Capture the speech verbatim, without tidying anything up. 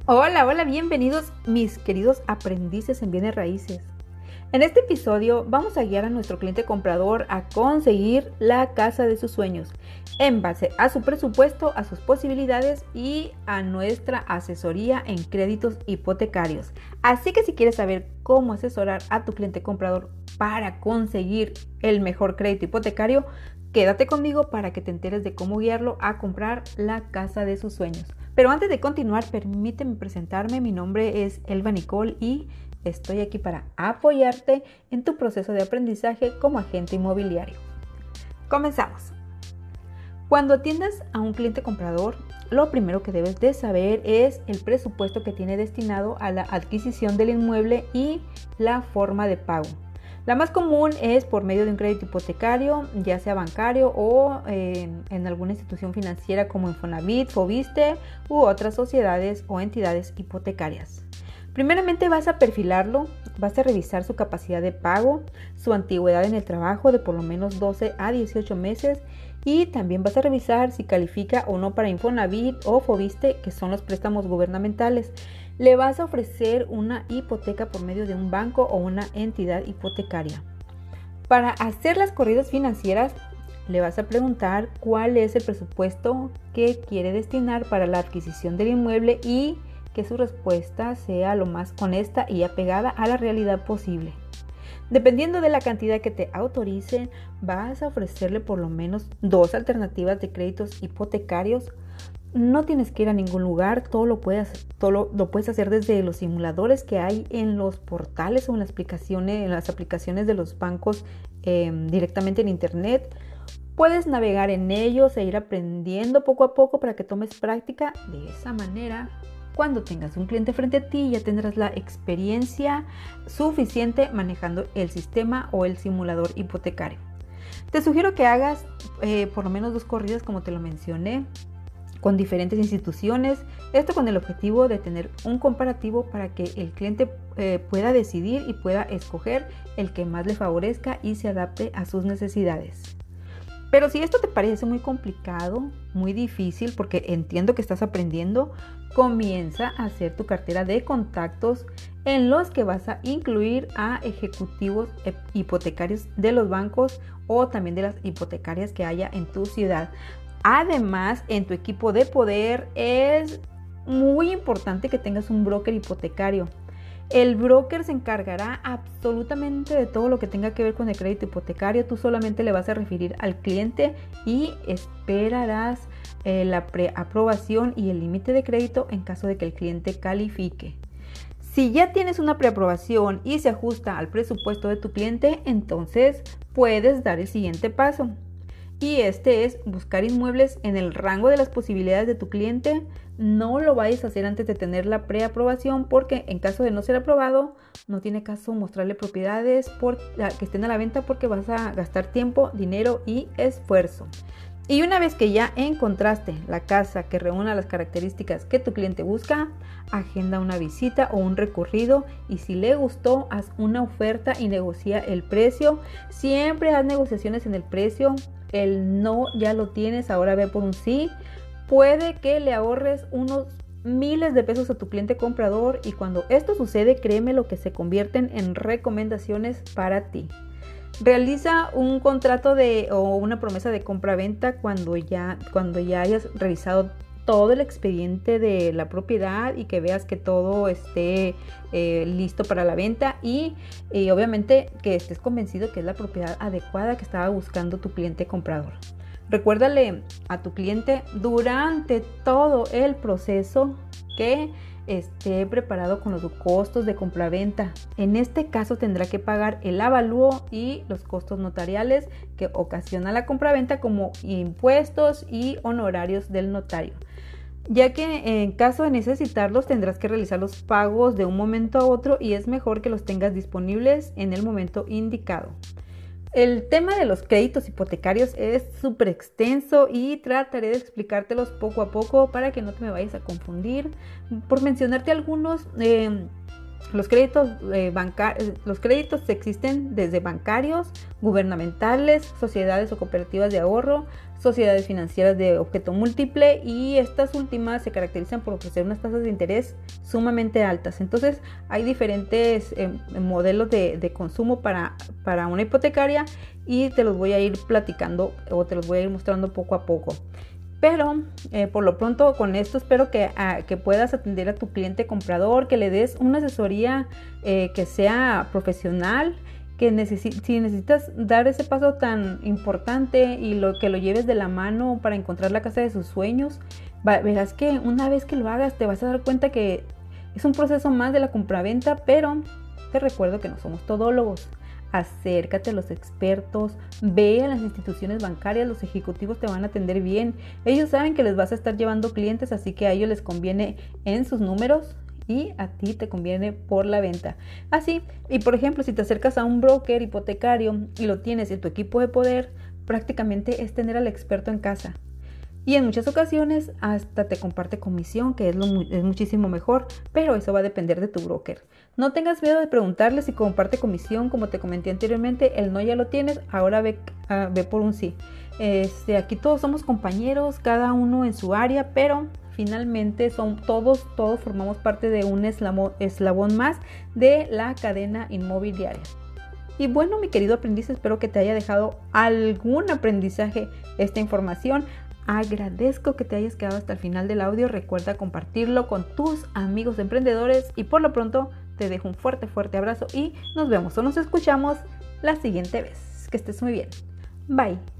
Hola, hola, bienvenidos mis queridos aprendices en bienes raíces. En este episodio vamos a guiar a nuestro cliente comprador a conseguir la casa de sus sueños en base a su presupuesto, a sus posibilidades y a nuestra asesoría en créditos hipotecarios. Así que si quieres saber cómo asesorar a tu cliente comprador para conseguir el mejor crédito hipotecario, quédate conmigo para que te enteres de cómo guiarlo a comprar la casa de sus sueños. Pero antes de continuar, permíteme presentarme. Mi nombre es Elba Nicole y estoy aquí para apoyarte en tu proceso de aprendizaje como agente inmobiliario. Comenzamos. Cuando atiendas a un cliente comprador, lo primero que debes de saber es el presupuesto que tiene destinado a la adquisición del inmueble y la forma de pago. La más común es por medio de un crédito hipotecario, ya sea bancario o eh, en alguna institución financiera como Infonavit, Foviste u otras sociedades o entidades hipotecarias. Primeramente vas a perfilarlo, vas a revisar su capacidad de pago, su antigüedad en el trabajo de por lo menos doce a dieciocho meses y también vas a revisar si califica o no para Infonavit o Foviste, que son los préstamos gubernamentales. Le vas a ofrecer una hipoteca por medio de un banco o una entidad hipotecaria. Para hacer las corridas financieras, le vas a preguntar cuál es el presupuesto que quiere destinar para la adquisición del inmueble y que su respuesta sea lo más honesta y apegada a la realidad posible. Dependiendo de la cantidad que te autoricen, vas a ofrecerle por lo menos dos alternativas de créditos hipotecarios. No tienes que ir a ningún lugar, todo lo puedes, todo lo, lo puedes hacer desde los simuladores que hay en los portales o en las aplicaciones, en las aplicaciones de los bancos eh, directamente en internet. Puedes navegar en ellos e ir aprendiendo poco a poco para que tomes práctica. De esa manera, cuando tengas un cliente frente a ti, ya tendrás la experiencia suficiente manejando el sistema o el simulador hipotecario. Te sugiero que hagas eh, por lo menos dos corridas, como te lo mencioné, con diferentes instituciones, esto con el objetivo de tener un comparativo para que el cliente eh, pueda decidir y pueda escoger el que más le favorezca y se adapte a sus necesidades. Pero si esto te parece muy complicado, muy difícil, porque entiendo que estás aprendiendo, comienza a hacer tu cartera de contactos en los que vas a incluir a ejecutivos hipotecarios de los bancos o también de las hipotecarias que haya en tu ciudad. Además, en tu equipo de poder es muy importante que tengas un broker hipotecario. El broker se encargará absolutamente de todo lo que tenga que ver con el crédito hipotecario. Tú solamente le vas a referir al cliente y esperarás eh, la preaprobación y el límite de crédito en caso de que el cliente califique. Si ya tienes una preaprobación y se ajusta al presupuesto de tu cliente, entonces puedes dar el siguiente paso. Y este es buscar inmuebles en el rango de las posibilidades de tu cliente. No lo vayas a hacer antes de tener la preaprobación, porque en caso de no ser aprobado, no tiene caso mostrarle propiedades por, que estén a la venta, porque vas a gastar tiempo, dinero y esfuerzo. Y una vez que ya encontraste la casa que reúna las características que tu cliente busca, agenda una visita o un recorrido y si le gustó, haz una oferta y negocia el precio. Siempre haz negociaciones en el precio. El no ya lo tienes, ahora ve por un sí. Puede que le ahorres unos miles de pesos a tu cliente comprador y cuando esto sucede, créeme lo que se convierten en recomendaciones para ti. Realiza un contrato de o una promesa de compra-venta cuando ya, cuando ya hayas revisado todo el expediente de la propiedad y que veas que todo esté eh, listo para la venta y, y obviamente que estés convencido que es la propiedad adecuada que estaba buscando tu cliente comprador. Recuérdale a tu cliente durante todo el proceso que esté preparado con los costos de compraventa. En este caso tendrá que pagar el avalúo y los costos notariales que ocasiona la compraventa, como impuestos y honorarios del notario, ya que en caso de necesitarlos tendrás que realizar los pagos de un momento a otro y es mejor que los tengas disponibles en el momento indicado. El tema de los créditos hipotecarios es súper extenso y trataré de explicártelos poco a poco para que no te me vayas a confundir. Por mencionarte algunos, eh, Los créditos, eh, banca- los créditos existen desde bancarios, gubernamentales, sociedades o cooperativas de ahorro, sociedades financieras de objeto múltiple, y estas últimas se caracterizan por ofrecer unas tasas de interés sumamente altas. Entonces hay diferentes eh, modelos de, de consumo para, para una hipotecaria, y te los voy a ir platicando o te los voy a ir mostrando poco a poco. Pero eh, por lo pronto con esto espero que, a, que puedas atender a tu cliente comprador, que le des una asesoría eh, que sea profesional, que necesi- si necesitas dar ese paso tan importante y lo, que lo lleves de la mano para encontrar la casa de sus sueños, va, verás que una vez que lo hagas te vas a dar cuenta que es un proceso más de la compraventa, pero te recuerdo que no somos todólogos. Acércate a los expertos, ve a las instituciones bancarias, los ejecutivos te van a atender bien. Ellos saben que les vas a estar llevando clientes, así que a ellos les conviene en sus números y a ti te conviene por la venta. Así, y por ejemplo, si te acercas a un broker hipotecario y lo tienes en tu equipo de poder, prácticamente es tener al experto en casa. Y en muchas ocasiones hasta te comparte comisión, que es, lo, es muchísimo mejor, pero eso va a depender de tu broker. No tengas miedo de preguntarle si comparte comisión, como te comenté anteriormente. El no ya lo tienes, ahora ve, uh, ve por un sí. Este, aquí todos somos compañeros, cada uno en su área, pero finalmente son todos, todos formamos parte de un eslabón, eslabón más de la cadena inmobiliaria. Y bueno, mi querido aprendiz, espero que te haya dejado algún aprendizaje esta información. Agradezco que te hayas quedado hasta el final del audio. Recuerda compartirlo con tus amigos emprendedores, y por lo pronto te dejo un fuerte, fuerte abrazo y nos vemos o nos escuchamos la siguiente vez. Que estés muy bien. Bye.